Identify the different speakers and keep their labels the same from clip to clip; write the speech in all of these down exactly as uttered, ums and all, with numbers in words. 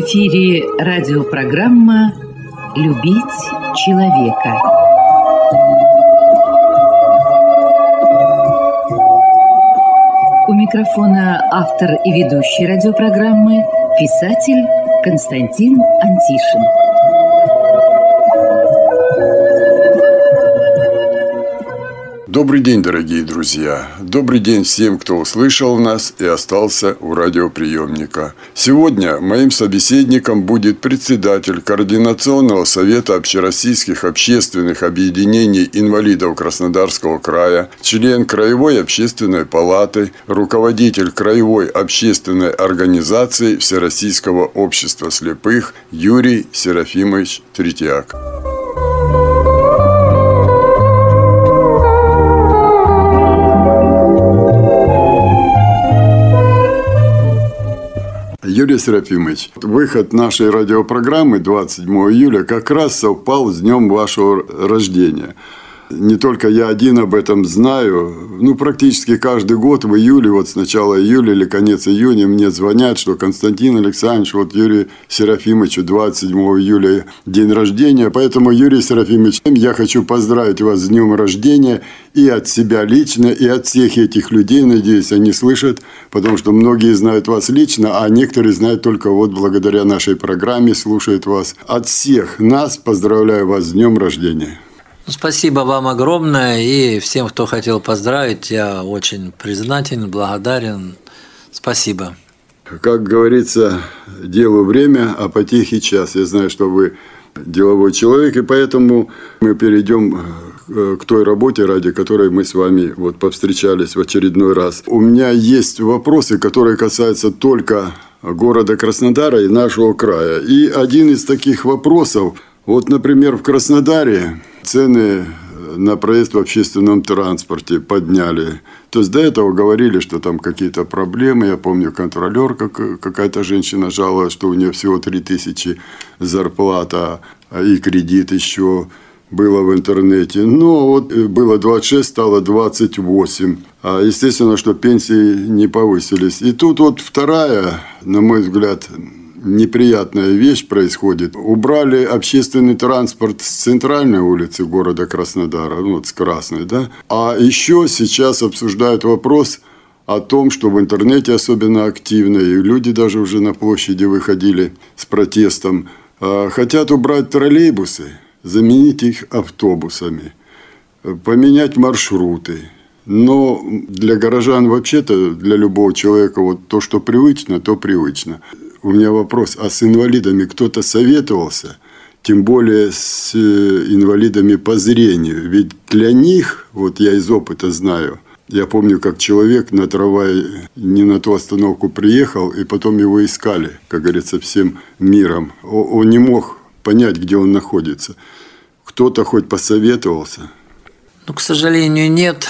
Speaker 1: эфире радиопрограмма «Любить человека». У микрофона автор и ведущий радиопрограммы писатель Константин Антишин.
Speaker 2: Добрый день, дорогие друзья! Добрый день всем, кто услышал нас и остался у радиоприемника. Сегодня моим собеседником будет председатель Координационного совета общероссийских общественных объединений инвалидов Краснодарского края, член Краевой общественной палаты, руководитель Краевой общественной организации Всероссийского общества слепых Юрий Серафимович Третьяк. Юрий Серафимович, выход нашей радиопрограммы двадцать седьмого июля как раз совпал с днем вашего рождения. Не только я один об этом знаю, ну, практически каждый год в июле, вот с начала июля или конец июня мне звонят, что Константин Александрович, вот Юрию Серафимовичу двадцать седьмого июля день рождения. Поэтому, Юрий Серафимович, я хочу поздравить вас с днем рождения и от себя лично, и от всех этих людей, надеюсь, они слышат, потому что многие знают вас лично, а некоторые знают только вот благодаря нашей программе, слушают вас. От всех нас поздравляю вас с днем рождения.
Speaker 3: Спасибо вам огромное, и всем, кто хотел поздравить, я очень признателен, благодарен. Спасибо.
Speaker 2: Как говорится, делу время, а потехе час. Я знаю, что вы деловой человек, и поэтому мы перейдем к той работе, ради которой мы с вами вот повстречались в очередной раз. У меня есть вопросы, которые касаются только города Краснодара и нашего края. И один из таких вопросов, вот, например, в Краснодаре цены на проезд в общественном транспорте подняли. То есть до этого говорили, что там какие-то проблемы. Я помню, контролер, как, какая-то женщина жаловалась, что у нее всего три тысячи зарплата, и кредит еще было в интернете. Но вот было двадцать шесть, стало двадцать восемь. А естественно, что пенсии не повысились. И тут вот вторая, на мой взгляд, неприятная вещь происходит. Убрали общественный транспорт с центральной улицы города Краснодара, ну, вот с Красной, да. А еще сейчас обсуждают вопрос о том, что в интернете особенно активно, и люди даже уже на площади выходили с протестом, хотят убрать троллейбусы, заменить их автобусами, поменять маршруты. Но для горожан вообще-то, для любого человека, вот то, что привычно, то привычно. У меня вопрос, а с инвалидами кто-то советовался? Тем более с инвалидами по зрению. Ведь для них, вот я из опыта знаю, я помню, как человек на трамвае не на ту остановку приехал, и потом его искали, как говорится, всем миром. Он не мог понять, где он находится. Кто-то хоть посоветовался?
Speaker 3: Ну, к сожалению, нет.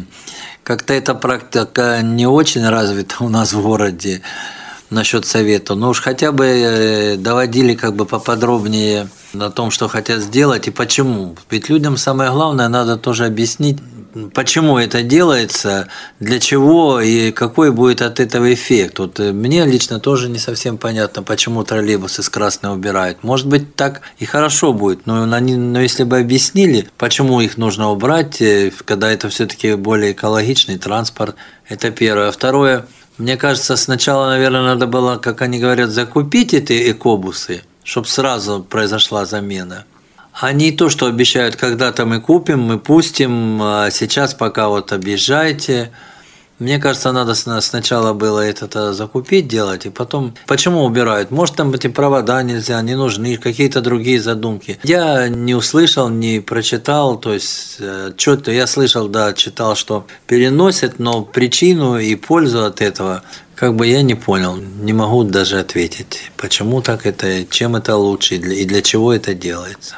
Speaker 3: Как-то эта практика не очень развита у нас в городе насчет совета. Но уж хотя бы доводили как бы поподробнее о том, что хотят сделать и почему. Ведь людям самое главное надо тоже объяснить, почему это делается, для чего и какой будет от этого эффект. Вот мне лично тоже не совсем понятно, почему троллейбусы с Красной убирают. Может быть, так и хорошо будет, но, они, но если бы объяснили, почему их нужно убрать, когда это все-таки более экологичный транспорт, это первое. А второе, мне кажется, сначала, наверное, надо было, как они говорят, закупить эти экобусы, чтобы сразу произошла замена. А не то, что обещают, когда-то мы купим, мы пустим, а сейчас пока вот объезжайте. Мне кажется, надо сначала было это закупить, делать, и потом... Почему убирают? Может, там эти провода нельзя, не нужны, какие-то другие задумки. Я не услышал, не прочитал, то есть что-то я слышал, да, читал, что переносят, но причину и пользу от этого как бы я не понял, не могу даже ответить, почему так это, чем это лучше и для чего это делается.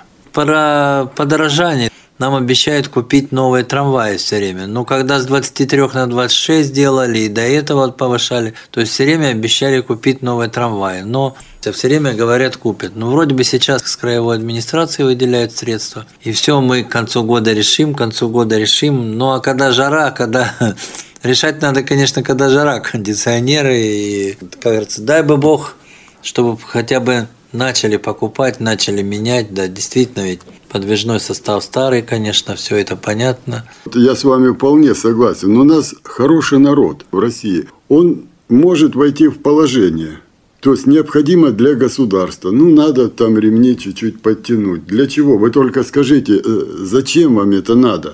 Speaker 3: Про подорожание. Нам обещают купить новые трамваи все время. Но когда с двадцати трёх на двадцать шесть делали и до этого повышали, то есть все время обещали купить новые трамваи. Но все время говорят, купят. Ну, вроде бы сейчас с краевой администрации выделяют средства. И все мы к концу года решим, к концу года решим. Ну, а когда жара, когда... Решать надо, конечно, когда жара, кондиционеры. И, как говорится, дай бы Бог чтобы хотя бы начали покупать, начали менять. Да, действительно, ведь подвижной состав старый, конечно, все это понятно.
Speaker 2: Я с вами вполне согласен. Но у нас хороший народ в России. Он может войти в положение. То есть необходимо для государства. Ну, надо там ремни чуть-чуть подтянуть. Для чего? Вы только скажите, зачем вам это надо?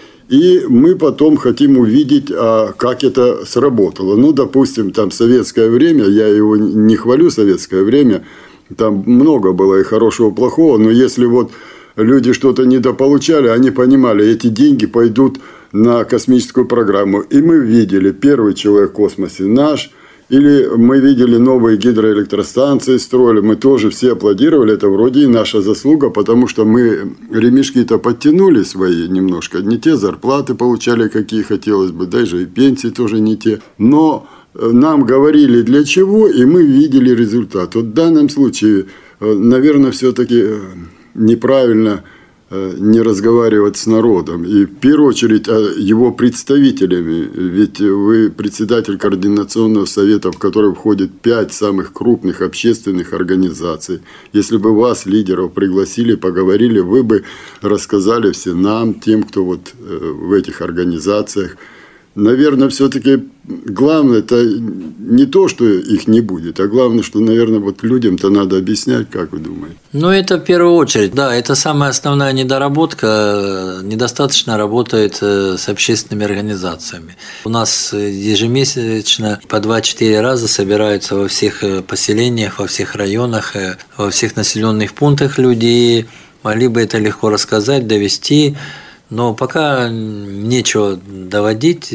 Speaker 2: И мы потом хотим увидеть, а как это сработало. Ну, допустим, там советское время, я его не хвалю, советское время, там много было и хорошего, и плохого, но если вот люди что-то недополучали, они понимали, эти деньги пойдут на космическую программу. И мы видели, первый человек в космосе наш, или мы видели новые гидроэлектростанции строили, мы тоже все аплодировали, это вроде и наша заслуга, потому что мы ремешки-то подтянули свои немножко, не те зарплаты получали, какие хотелось бы, даже и пенсии тоже не те, но нам говорили для чего, и мы видели результат. Вот в данном случае, наверное, все-таки неправильно не разговаривать с народом. И в первую очередь его представителями. Ведь вы председатель координационного совета, в который входит пять самых крупных общественных организаций. Если бы вас, лидеров, пригласили, поговорили, вы бы рассказали всем нам, тем, кто вот в этих организациях. Наверное, все-таки главное это не то, что их не будет, а главное, что, наверное, вот людям-то надо объяснять, как вы думаете?
Speaker 3: Ну, это в первую очередь, да, это самая основная недоработка, недостаточно работает с общественными организациями. У нас ежемесячно по два-четыре раза собираются во всех поселениях, во всех районах, во всех населенных пунктах люди, могли бы это легко рассказать, довести. Но пока нечего доводить.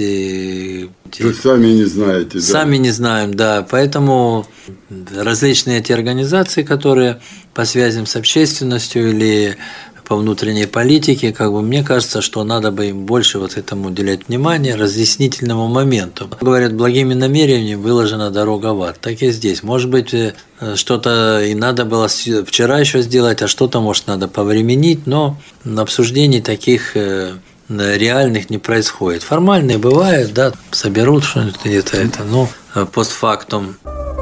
Speaker 2: Вы сами не знаете.
Speaker 3: Сами
Speaker 2: да?
Speaker 3: не знаем, да. Поэтому различные эти организации, которые по связям с общественностью или по внутренней политике, как бы мне кажется, что надо бы им больше вот этому уделять внимание, разъяснительному моменту. Говорят, благими намерениями выложена дорога в ад. Так и здесь. Может быть, что-то и надо было вчера еще сделать, а что-то, может, надо повременить, но обсуждений таких реальных не происходит. Формальные бывают, да, соберут что-нибудь где-то это, но постфактум.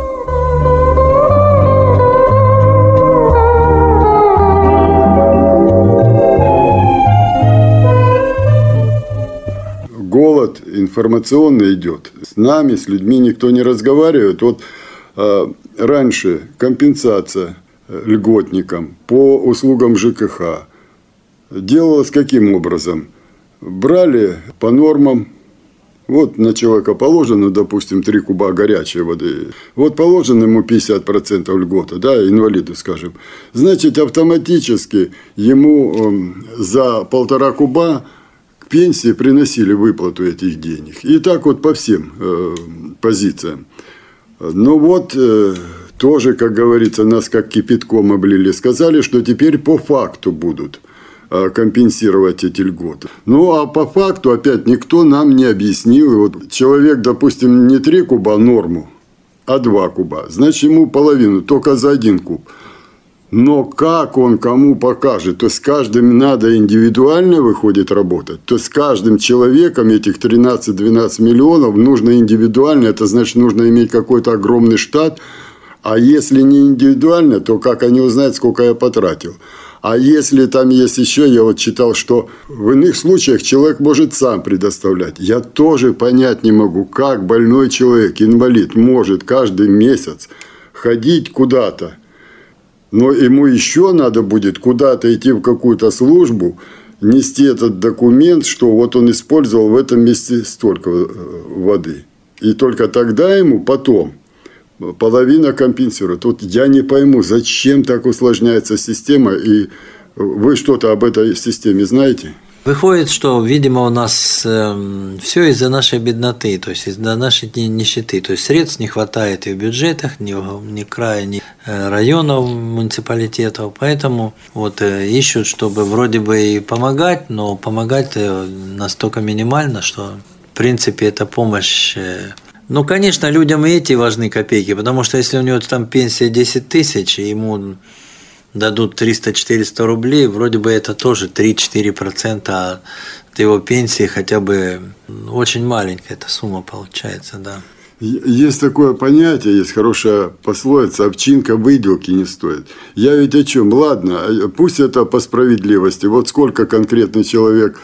Speaker 2: Голод информационный идет. С нами, с людьми никто не разговаривает. Вот э, раньше компенсация льготникам по услугам ЖКХ делалась каким образом? Брали по нормам. Вот на человека положено, допустим, три куба горячей воды. Вот положено ему пятьдесят процентов льгота, да, инвалиду, скажем. Значит, автоматически ему за полтора куба пенсии приносили выплату этих денег. И так вот по всем э, позициям. Но вот э, тоже, как говорится, нас как кипятком облили. Сказали, что теперь по факту будут э, компенсировать эти льготы. Ну, а по факту опять никто нам не объяснил. И вот человек, допустим, не три куба норму, а два куба. Значит, ему половину, только за один куб. Но как он кому покажет? То есть, с каждым надо индивидуально, выходит, работать. То есть, с каждым человеком этих тринадцать-двенадцать миллионов нужно индивидуально. Это значит, нужно иметь какой-то огромный штат. А если не индивидуально, то как они узнают, сколько я потратил? А если там есть еще, я вот читал, что в иных случаях человек может сам предоставлять. Я тоже понять не могу, как больной человек, инвалид, может каждый месяц ходить куда-то. Но ему еще надо будет куда-то идти в какую-то службу, нести этот документ, что вот он использовал в этом месте столько воды. И только тогда ему потом половина компенсирует. Вот я не пойму, зачем так усложняется система, и вы что-то об этой системе знаете?
Speaker 3: Выходит, что, видимо, у нас э, все из-за нашей бедноты, то есть из-за нашей нищеты. То есть средств не хватает и в бюджетах, ни, ни края, ни районов, муниципалитетов. Поэтому вот э, ищут, чтобы вроде бы и помогать, но помогать настолько минимально, что в принципе эта помощь. Э, ну, конечно, людям и эти важны копейки, потому что если у него там пенсия десять тысяч, и ему дадут триста-четыреста рублей, вроде бы это тоже три-четыре процента от его пенсии, хотя бы очень маленькая эта сумма получается, да.
Speaker 2: Есть такое понятие, есть хорошая пословица: овчинка выделки не стоит. Я ведь о чем? Ладно, пусть это по справедливости. Вот сколько конкретный человек,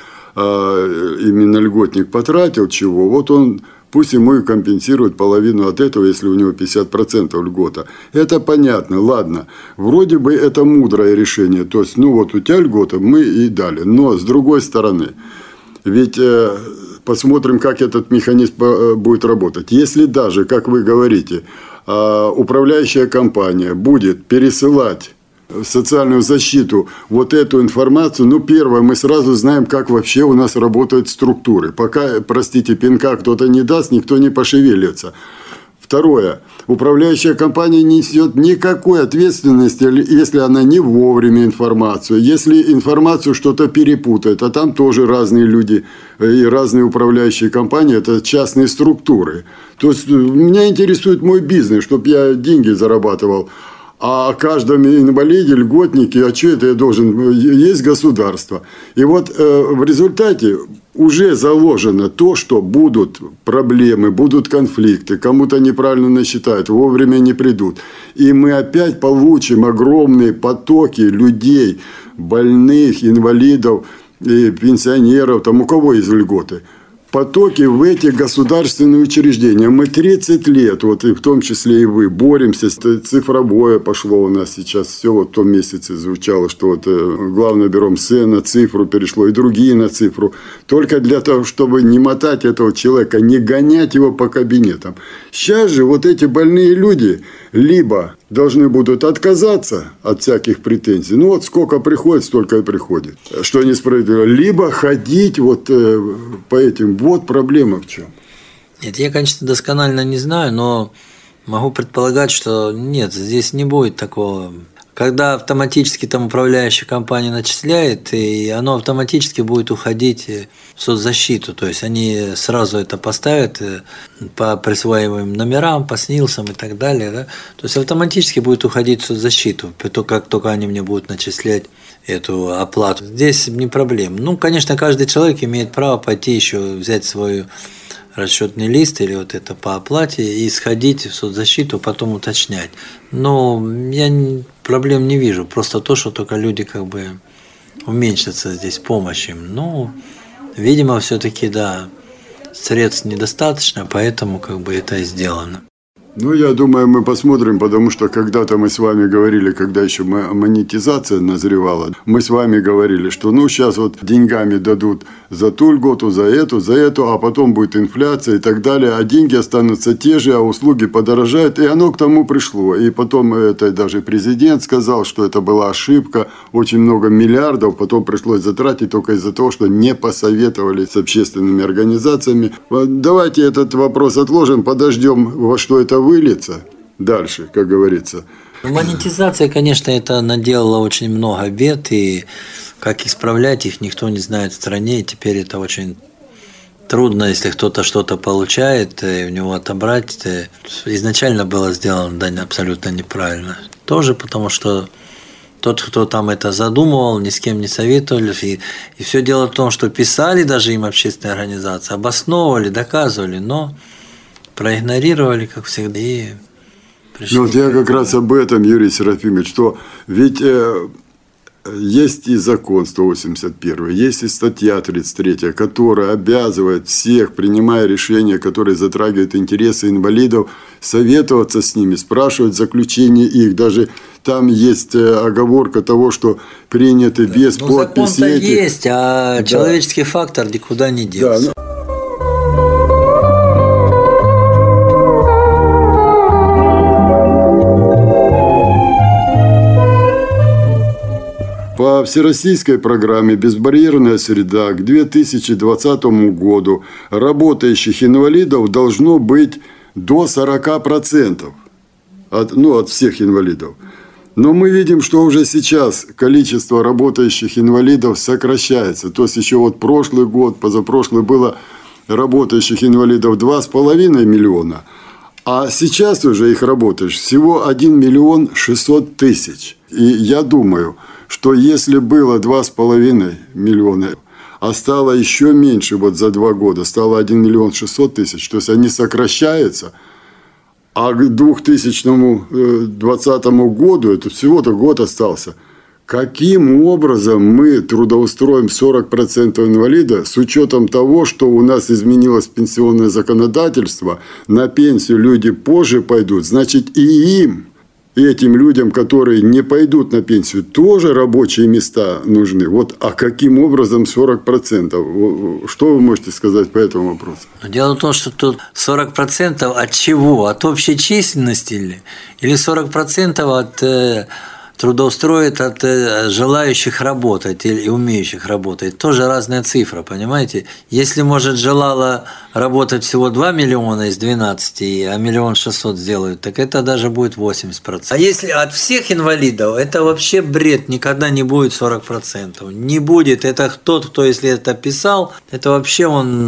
Speaker 2: именно льготник, потратил чего, вот он, пусть ему и компенсирует половину от этого, если у него пятьдесят процентов льгота. Это понятно, ладно. Вроде бы это мудрое решение. То есть, ну вот у тебя льгота, мы и дали. Но с другой стороны, ведь... Посмотрим, как этот механизм будет работать. Если даже, как вы говорите, управляющая компания будет пересылать в социальную защиту вот эту информацию, ну, первое, мы сразу знаем, как вообще у нас работают структуры. Пока, простите, пинка кто-то не даст, никто не пошевелится. Второе. Управляющая компания не несет никакой ответственности, если она не вовремя информацию, если информацию что-то перепутает, а там тоже разные люди и разные управляющие компании, это частные структуры. То есть меня интересует мой бизнес, чтобы я деньги зарабатывал. А о каждом инвалиде, льготнике, а что это я должен? Есть государство. И вот э, в результате уже заложено то, что будут проблемы, будут конфликты, кому-то неправильно насчитают, вовремя не придут. И мы опять получим огромные потоки людей, больных, инвалидов, и пенсионеров, там у кого есть льготы. Потоки в эти государственные учреждения. Мы тридцать лет, вот и в том числе и вы, боремся. Цифровое пошло у нас сейчас. Все вот в том месяце звучало, что вот главное бюро МС на цифру перешло, и другие на цифру. Только для того, чтобы не мотать этого человека, не гонять его по кабинетам. Сейчас же вот эти больные люди либо должны будут отказаться от всяких претензий. Ну вот сколько приходит, столько и приходит. Что несправедливо. Либо ходить вот э, по этим. Вот проблема в чем.
Speaker 3: Нет, я, конечно, досконально не знаю, но могу предполагать, что нет, здесь не будет такого. Когда автоматически там управляющая компания начисляет, и оно автоматически будет уходить в соцзащиту. То есть они сразу это поставят по присваиваемым номерам, по СНИЛСам и так далее. Да? То есть автоматически будет уходить в соцзащиту, как только они мне будут начислять эту оплату. Здесь не проблема. Ну, конечно, каждый человек имеет право пойти еще взять свою расчетный лист или вот это по оплате и сходить в соцзащиту, потом уточнять. Но я проблем не вижу. Просто то, что только люди как бы уменьшатся здесь помощь им. Ну, видимо, все-таки, да, средств недостаточно, поэтому как бы это и сделано.
Speaker 2: Ну, я думаю, мы посмотрим, потому что когда-то мы с вами говорили, когда еще монетизация назревала, мы с вами говорили, что ну сейчас вот деньгами дадут за ту льготу, за эту, за эту, а потом будет инфляция и так далее, а деньги останутся те же, а услуги подорожают, и оно к тому пришло. И потом это даже президент сказал, что это была ошибка, очень много миллиардов потом пришлось затратить только из-за того, что не посоветовались с общественными организациями. Давайте этот вопрос отложим, подождем, во что это выльется дальше, как говорится.
Speaker 3: Монетизация, конечно, это наделала очень много бед, и как исправлять их никто не знает в стране, и теперь это очень трудно, если кто-то что-то получает, и у него отобрать. Изначально было сделано, да, абсолютно неправильно. Тоже потому, что тот, кто там это задумывал, ни с кем не советовались. И, и все дело в том, что писали даже им общественные организации, обосновывали, доказывали, но проигнорировали, как всегда, и пришли.
Speaker 2: Ну, вот я как раз об этом, Юрий Серафимович, что ведь э, есть и закон сто восемьдесят первый, есть и статья тридцать третья, которая обязывает всех, принимая решения, которые затрагивают интересы инвалидов, советоваться с ними, спрашивать заключение их. Даже там есть оговорка того, что приняты без
Speaker 3: ну,
Speaker 2: подписи.
Speaker 3: Закон-то
Speaker 2: этих...
Speaker 3: есть, а да. Человеческий фактор никуда не делся.
Speaker 2: Да. По всероссийской программе «Безбарьерная среда» к две тысячи двадцатому году работающих инвалидов должно быть до сорока процентов от, ну, от всех инвалидов. Но мы видим, что уже сейчас количество работающих инвалидов сокращается. То есть еще вот прошлый год, позапрошлый было работающих инвалидов два с половиной миллиона, а сейчас уже их работающих всего один миллион шестьсот тысяч. И я думаю, что если было два с половиной миллиона, а стало еще меньше вот за два года, стало один миллион шестьсот тысяч, то есть они сокращаются, А к две тысячи двадцатому году, это всего-то год остался, каким образом мы трудоустроим сорок процентов инвалида с учетом того, что у нас изменилось пенсионное законодательство, на пенсию люди позже пойдут, значит и им, и этим людям, которые не пойдут на пенсию, тоже рабочие места нужны. Вот, а каким образом сорок процентов? Что вы можете сказать по этому вопросу?
Speaker 3: Дело в том, что тут сорок процентов от чего? От общей численности или, или сорок процентов от э, трудоустроит от э, желающих работать или умеющих работать? Тоже разная цифра, понимаете? Если, может, желало работать всего два миллиона из двенадцати, а миллион шестьсот сделают, так это даже будет восемьдесят процентов. А если от всех инвалидов, это вообще бред, никогда не будет сорок процентов. Не будет. Это тот, кто, если это писал, это вообще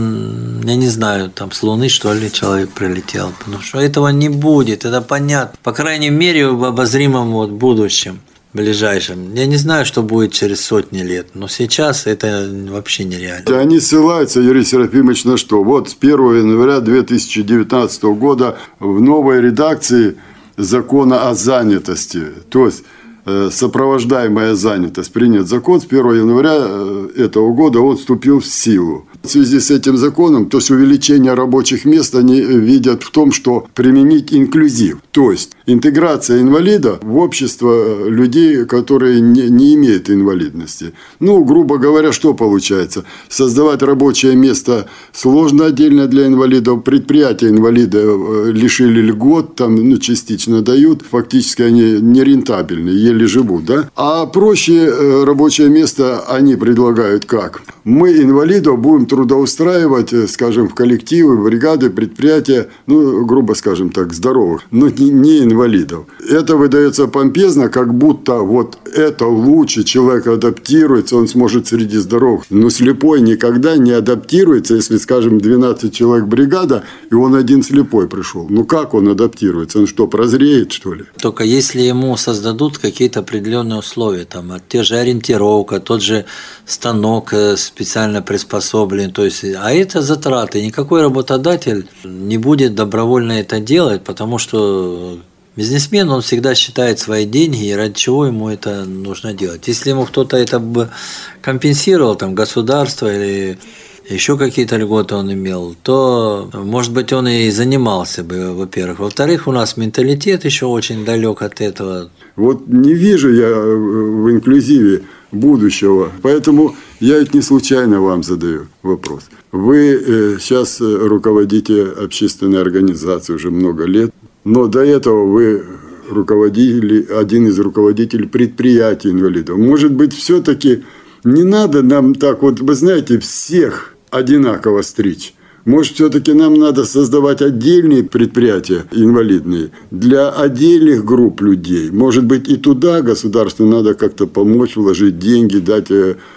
Speaker 3: он, я не знаю, там с Луны, что ли, человек прилетел. Потому что этого не будет, это понятно. По крайней мере, в обозримом вот будущем. Ближайшем. Я не знаю, что будет через сотни лет, но сейчас это вообще нереально.
Speaker 2: Они ссылаются, Юрий Серафимович, на что? Вот с первого января две тысячи девятнадцатого года в новой редакции закона о занятости, то есть сопровождаемая занятость, принят закон, с первого января этого года он вступил в силу. В связи с этим законом, то есть увеличение рабочих мест они видят в том, что применить инклюзив, то есть интеграция инвалида в общество людей, которые не, не имеют инвалидности. Ну, грубо говоря, что получается? Создавать рабочее место сложно отдельно для инвалидов. Предприятия инвалида лишили льгот, там, ну, частично дают. Фактически они нерентабельны, еле живут, да? А проще рабочее место они предлагают как? Мы инвалидов будем трудоустраивать, скажем, в коллективы, в бригады, предприятия, ну, грубо скажем так, здоровых, но не, не инвалидов. Это выдается помпезно, как будто вот это лучше, человек адаптируется, он сможет среди здоровых. Но слепой никогда не адаптируется, если, скажем, двенадцать человек бригада, и он один слепой пришел. Ну, как он адаптируется? Он что, прозреет, что ли?
Speaker 3: Только если ему создадут какие-то определенные условия, там, те же ориентировка, тот же станок специально приспособлен, то есть, а это затраты. Никакой работодатель не будет добровольно это делать, потому что бизнесмен, он всегда считает свои деньги, и ради чего ему это нужно делать. Если ему кто-то это бы компенсировал, там, государство или еще какие-то льготы он имел, то, может быть, он и занимался бы, во-первых. Во-вторых, у нас менталитет еще очень далек от этого.
Speaker 2: Вот не вижу я в инклюзиве будущего, поэтому я ведь не случайно вам задаю вопрос. Вы сейчас руководите общественной организацией уже много лет, но до этого вы руководили, один из руководителей предприятий инвалидов. Может быть, все-таки не надо нам так вот, вы знаете, всех одинаково стричь. Может, все-таки нам надо создавать отдельные предприятия инвалидные для отдельных групп людей. Может быть, и туда государству надо как-то помочь, вложить деньги, дать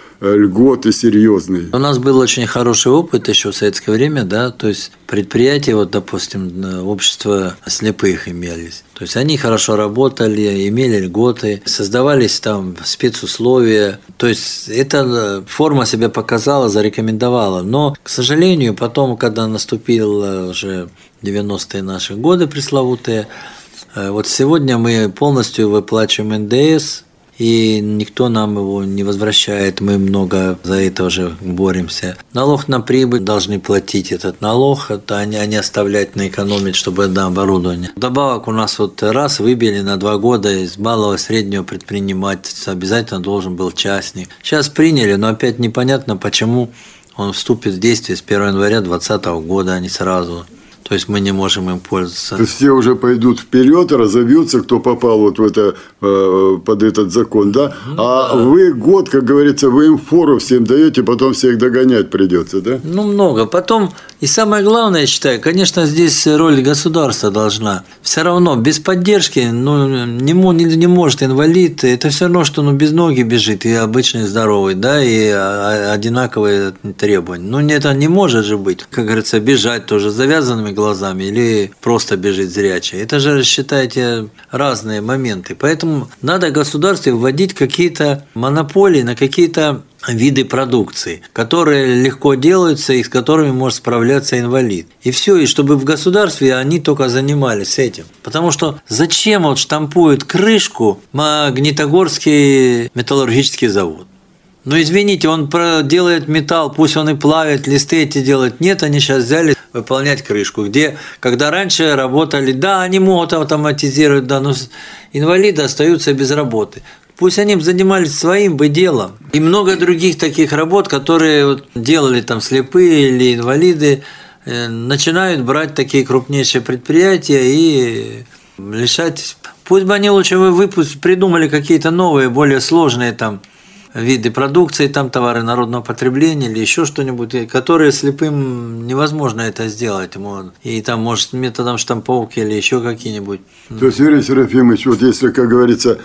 Speaker 2: льготы серьезные.
Speaker 3: У нас был очень хороший опыт еще в советское время, да, то есть предприятия, вот, допустим, общество слепых имелись. То есть они хорошо работали, имели льготы, создавались там спецусловия. То есть эта форма себя показала, зарекомендовала. Но, к сожалению, потом, когда наступил уже девяностые наши годы пресловутые, вот сегодня мы полностью выплачиваем эн дэ эс, и никто нам его не возвращает, мы много за это уже боремся. Налог на прибыль должны платить этот налог, это а не оставлять на экономить, чтобы на оборудование. Вдобавок у нас вот раз выбили на два года из малого и среднего предпринимательства, обязательно должен был частник. Сейчас приняли, но опять непонятно, почему он вступит в действие с первого января двадцатого года, а не сразу. То есть мы не можем им пользоваться.
Speaker 2: То есть все уже пойдут вперед, разовьются, кто попал вот в это, под этот закон, да? Ну, а да. Вы год, как говорится, вы им фору всем даете, потом всех догонять придется, да?
Speaker 3: Ну, много. Потом, и самое главное, я считаю, конечно, здесь роль государства должна. Все равно без поддержки, ну, не, не, не может инвалид, это все равно, что ну, без ноги бежит, и обычный здоровый, да, и одинаковые требования. Ну, это не может же быть, как говорится, бежать тоже с завязанными глазами или просто бежит зрячий. Это же, считайте, разные моменты. Поэтому надо государству вводить какие-то монополии на какие-то виды продукции, которые легко делаются и с которыми может справляться инвалид. И все, и чтобы в государстве они только занимались этим. Потому что зачем вот штампует крышку Магнитогорский металлургический завод? Ну, извините, он делает металл, пусть он и плавит, листы эти делает. Нет, они сейчас взяли выполнять крышку, где, когда раньше работали, да, они могут автоматизировать, да, но инвалиды остаются без работы. Пусть они занимались своим бы делом. И много других таких работ, которые вот делали там слепые или инвалиды, начинают брать такие крупнейшие предприятия и лишать. Пусть бы они лучше выпуск придумали какие-то новые, более сложные там виды продукции, там товары народного потребления или еще что-нибудь, которые слепым невозможно это сделать. И там, может, методом штамповки или еще какие-нибудь.
Speaker 2: То есть, Юрий Серафимович, вот если, как говорится,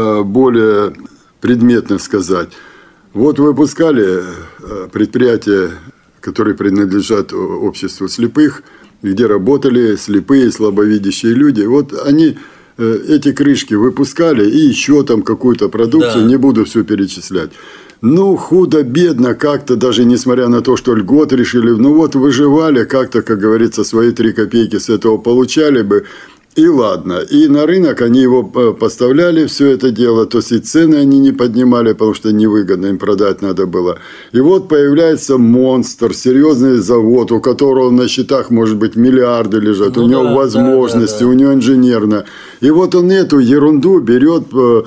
Speaker 2: более предметно сказать, вот выпускали предприятия, которые принадлежат обществу слепых, где работали слепые, слабовидящие люди, вот они эти крышки выпускали и еще там какую-то продукцию, да. Не буду все перечислять. Ну, худо-бедно как-то, даже несмотря на то, что льгот решили, ну вот выживали как-то, как говорится, свои три копейки с этого получали бы. И ладно, и на рынок они его поставляли, все это дело, то есть и цены они не поднимали, потому что невыгодно им продать надо было. И вот появляется монстр, серьезный завод, у которого на счетах, может быть, миллиарды лежат, ну, у него да, возможности, да, да, да. У него инженерно. И вот он эту ерунду берет,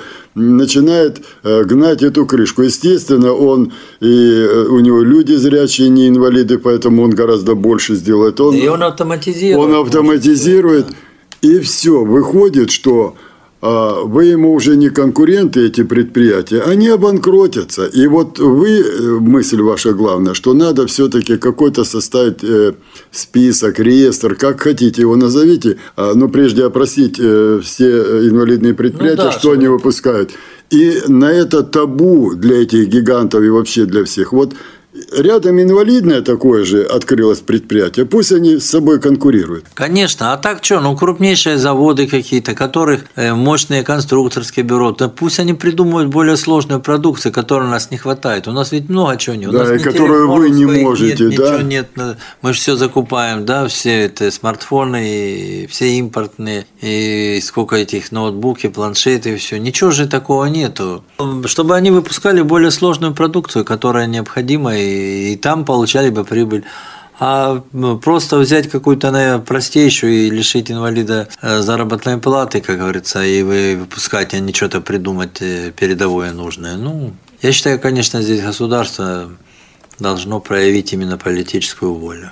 Speaker 2: начинает гнать эту крышку. Естественно, он и у него люди зрячие, не инвалиды, поэтому он гораздо больше сделает. Он,
Speaker 3: и он автоматизирует.
Speaker 2: Он автоматизирует. И все, выходит, что а, вы ему уже не конкуренты, эти предприятия, они обанкротятся. И вот вы, мысль ваша главная, что надо все-таки какой-то составить э, список, реестр, как хотите его назовите, а, но прежде опросить э, все инвалидные предприятия, ну, да, что они выпускают. И на это табу для этих гигантов и вообще для всех. Вот рядом инвалидное такое же открылось предприятие, пусть они с собой конкурируют.
Speaker 3: Конечно, а так что, ну крупнейшие заводы какие-то, которых мощные конструкторские бюро, да пусть они придумают более сложную продукцию, которой у нас не хватает. У нас ведь много чего нет. У
Speaker 2: да,
Speaker 3: нас
Speaker 2: и которую вы не
Speaker 3: своих,
Speaker 2: можете,
Speaker 3: нет,
Speaker 2: да?
Speaker 3: Ничего нет, мы же все закупаем, да, все это смартфоны, и все импортные, и сколько этих ноутбуки, планшеты, и все. Ничего же такого нету. Чтобы они выпускали более сложную продукцию, которая необходима, и, и там получали бы прибыль. А просто взять какую-то, наверное, простейшую и лишить инвалида заработной платы, как говорится, и выпускать, а не что-то придумать передовое нужное. Ну, я считаю, конечно, здесь государство должно проявить именно политическую волю.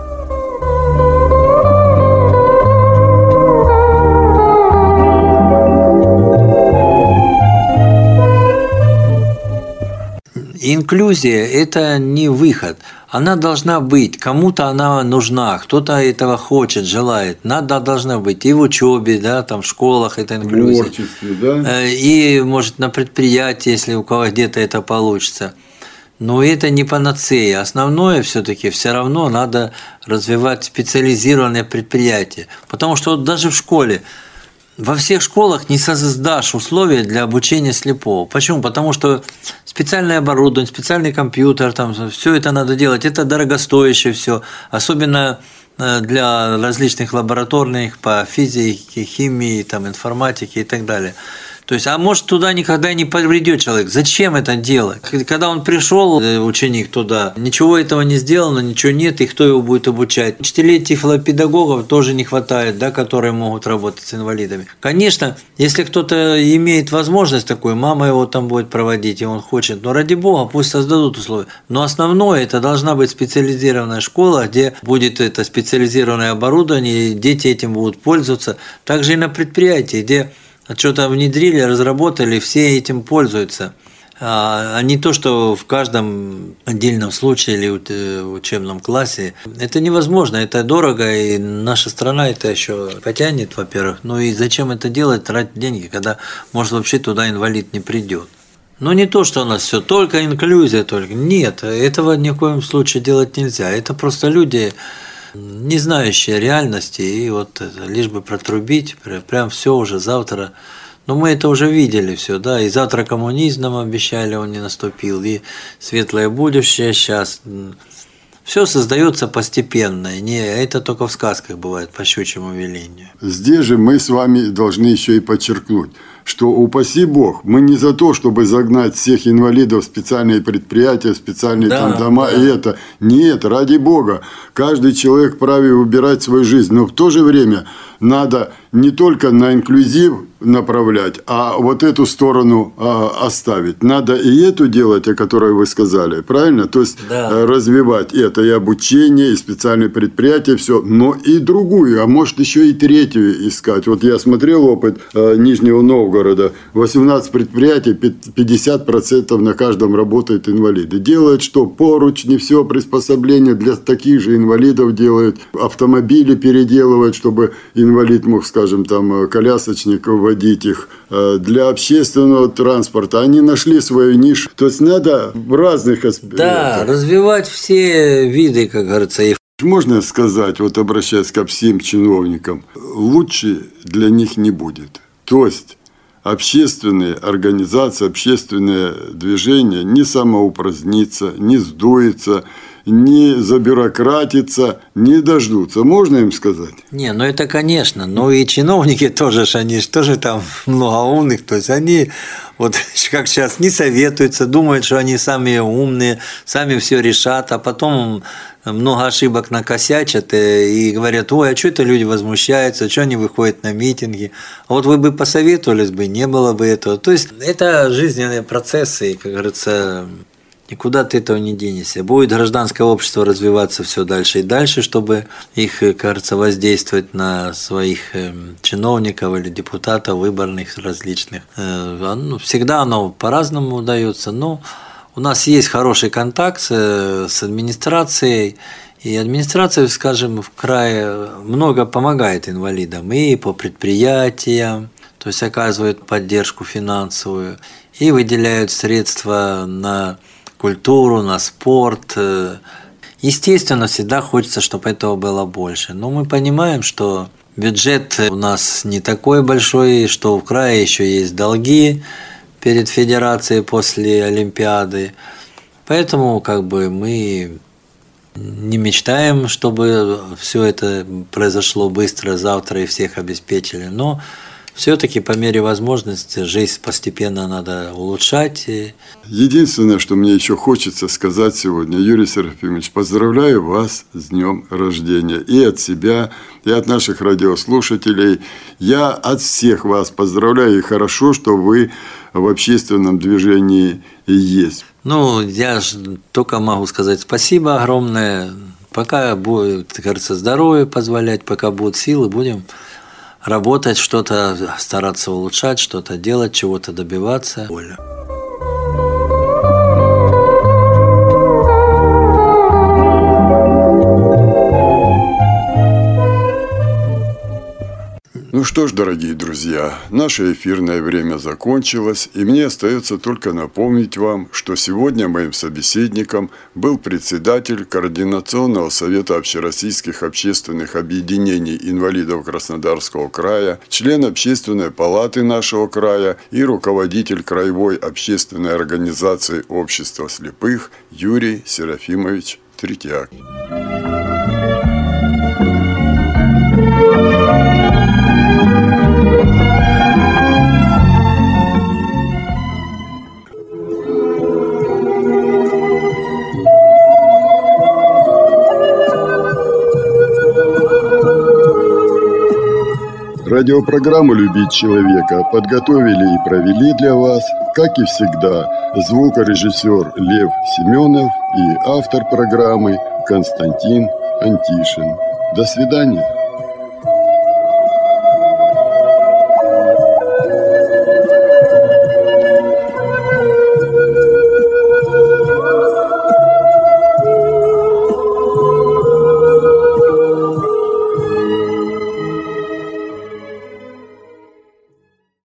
Speaker 3: Инклюзия – это не выход. Она должна быть. Кому-то она нужна, кто-то этого хочет, желает. Надо должна быть и в учебе, да, там в школах это инклюзия. В
Speaker 2: творчестве, да.
Speaker 3: И, может, на предприятии, если у кого где-то это получится. Но это не панацея. Основное все-таки все равно надо развивать специализированные предприятия. Потому что вот даже в школе, во всех школах не создашь условия для обучения слепого. Почему? Потому что специальное оборудование, специальный компьютер, там все это надо делать. Это дорогостоящее все, особенно для различных лабораторных по физике, химии, там, информатике и так далее. То есть, а может, туда никогда не придет человек. Зачем это делать? Когда он пришел, ученик туда, ничего этого не сделано, ничего нет, и кто его будет обучать? Учителей тифлопедагогов тоже не хватает, да, которые могут работать с инвалидами. Конечно, если кто-то имеет возможность такую, мама его там будет проводить, и он хочет, но ради бога, пусть создадут условия. Но основное, это должна быть специализированная школа, где будет это специализированное оборудование, и дети этим будут пользоваться. Также и на предприятии, где что-то внедрили, разработали, все этим пользуются. А не то, что в каждом отдельном случае или в учебном классе. Это невозможно, это дорого, и наша страна это еще потянет, во-первых. Ну и зачем это делать, тратить деньги, когда, может, вообще туда инвалид не придет. Но не то, что у нас все только инклюзия, только. Нет, этого ни в коем случае делать нельзя. Это просто люди, не знающие реальности, и вот это, лишь бы протрубить, прям все уже завтра Но мы это уже видели все, да, и завтра коммунизм нам обещали, он не наступил, и светлое будущее сейчас. Все создается постепенно, не, это только в сказках бывает, по щучьему велению.
Speaker 2: Здесь же мы с вами должны еще и подчеркнуть, что, упаси Бог, мы не за то, чтобы загнать всех инвалидов в специальные предприятия, в специальные да, там дома, да. И это. Нет, ради Бога, каждый человек вправе выбирать свою жизнь, но в то же время надо не только на инклюзив направлять, а вот эту сторону а, оставить. Надо и эту делать, о которой вы сказали, правильно? То есть да. развивать это и обучение, и специальные предприятия, все, но и другую, а может еще и третью искать. Вот я смотрел опыт а, Нижнего Новгорода, восемнадцать предприятий, пятьдесят процентов на каждом работают инвалиды. Делают что? Поручни, все, приспособления для таких же инвалидов делают, автомобили переделывают, чтобы инвалид мог, скажем, там, колясочник водить их, для общественного транспорта. Они нашли свою нишу. То есть надо в разных аспектах.
Speaker 3: Да, развивать все виды, как говорится.
Speaker 2: Можно сказать, вот обращаясь ко всем чиновникам, лучше для них не будет. То есть общественные организации, общественное движение не самоупразднится, не сдуется, не забюрократится, не дождутся. Можно им сказать?
Speaker 3: Не, ну это конечно. Но и чиновники тоже, они же тоже там много умных. То есть они вот как сейчас не советуются, думают, что они сами умные, сами все решат, а потом много ошибок накосячат и говорят: ой, а что это люди возмущаются, что они выходят на митинги. А вот вы бы посоветовались бы, не было бы этого. То есть это жизненные процессы, как говорится, никуда ты этого не денешься. Будет гражданское общество развиваться все дальше и дальше, чтобы их, кажется, воздействовать на своих чиновников или депутатов выборных различных. Всегда оно по-разному удается, но у нас есть хороший контакт с администрацией, и администрация, скажем, в крае много помогает инвалидам и по предприятиям, то есть оказывает поддержку финансовую, и выделяют средства на культуру, на спорт. Естественно, всегда хочется, чтобы этого было больше. Но мы понимаем, что бюджет у нас не такой большой, что в крае еще есть долги перед федерацией после Олимпиады. Поэтому как бы мы не мечтаем, чтобы все это произошло быстро, завтра и всех обеспечили. Но все-таки по мере возможности жизнь постепенно надо улучшать.
Speaker 2: Единственное, что мне еще хочется сказать сегодня, Юрий Серафимович, поздравляю вас с днем рождения. И от себя, и от наших радиослушателей. Я от всех вас поздравляю. И хорошо, что вы в общественном движении есть.
Speaker 3: Ну, я только могу сказать спасибо огромное. Пока будет, кажется, здоровье позволять, пока будут силы, будем работать, что-то стараться улучшать, что-то делать, чего-то добиваться.
Speaker 2: Ну что ж, дорогие друзья, наше эфирное время закончилось, и мне остается только напомнить вам, что сегодня моим собеседником был председатель Координационного совета общероссийских общественных объединений инвалидов Краснодарского края, член Общественной палаты нашего края и руководитель Краевой общественной организации Общества слепых Юрий Серафимович Третьяк. Радиопрограмму «Любить человека» подготовили и провели для вас, как и всегда, звукорежиссер Лев Семенов и автор программы Константин Антишин. До свидания.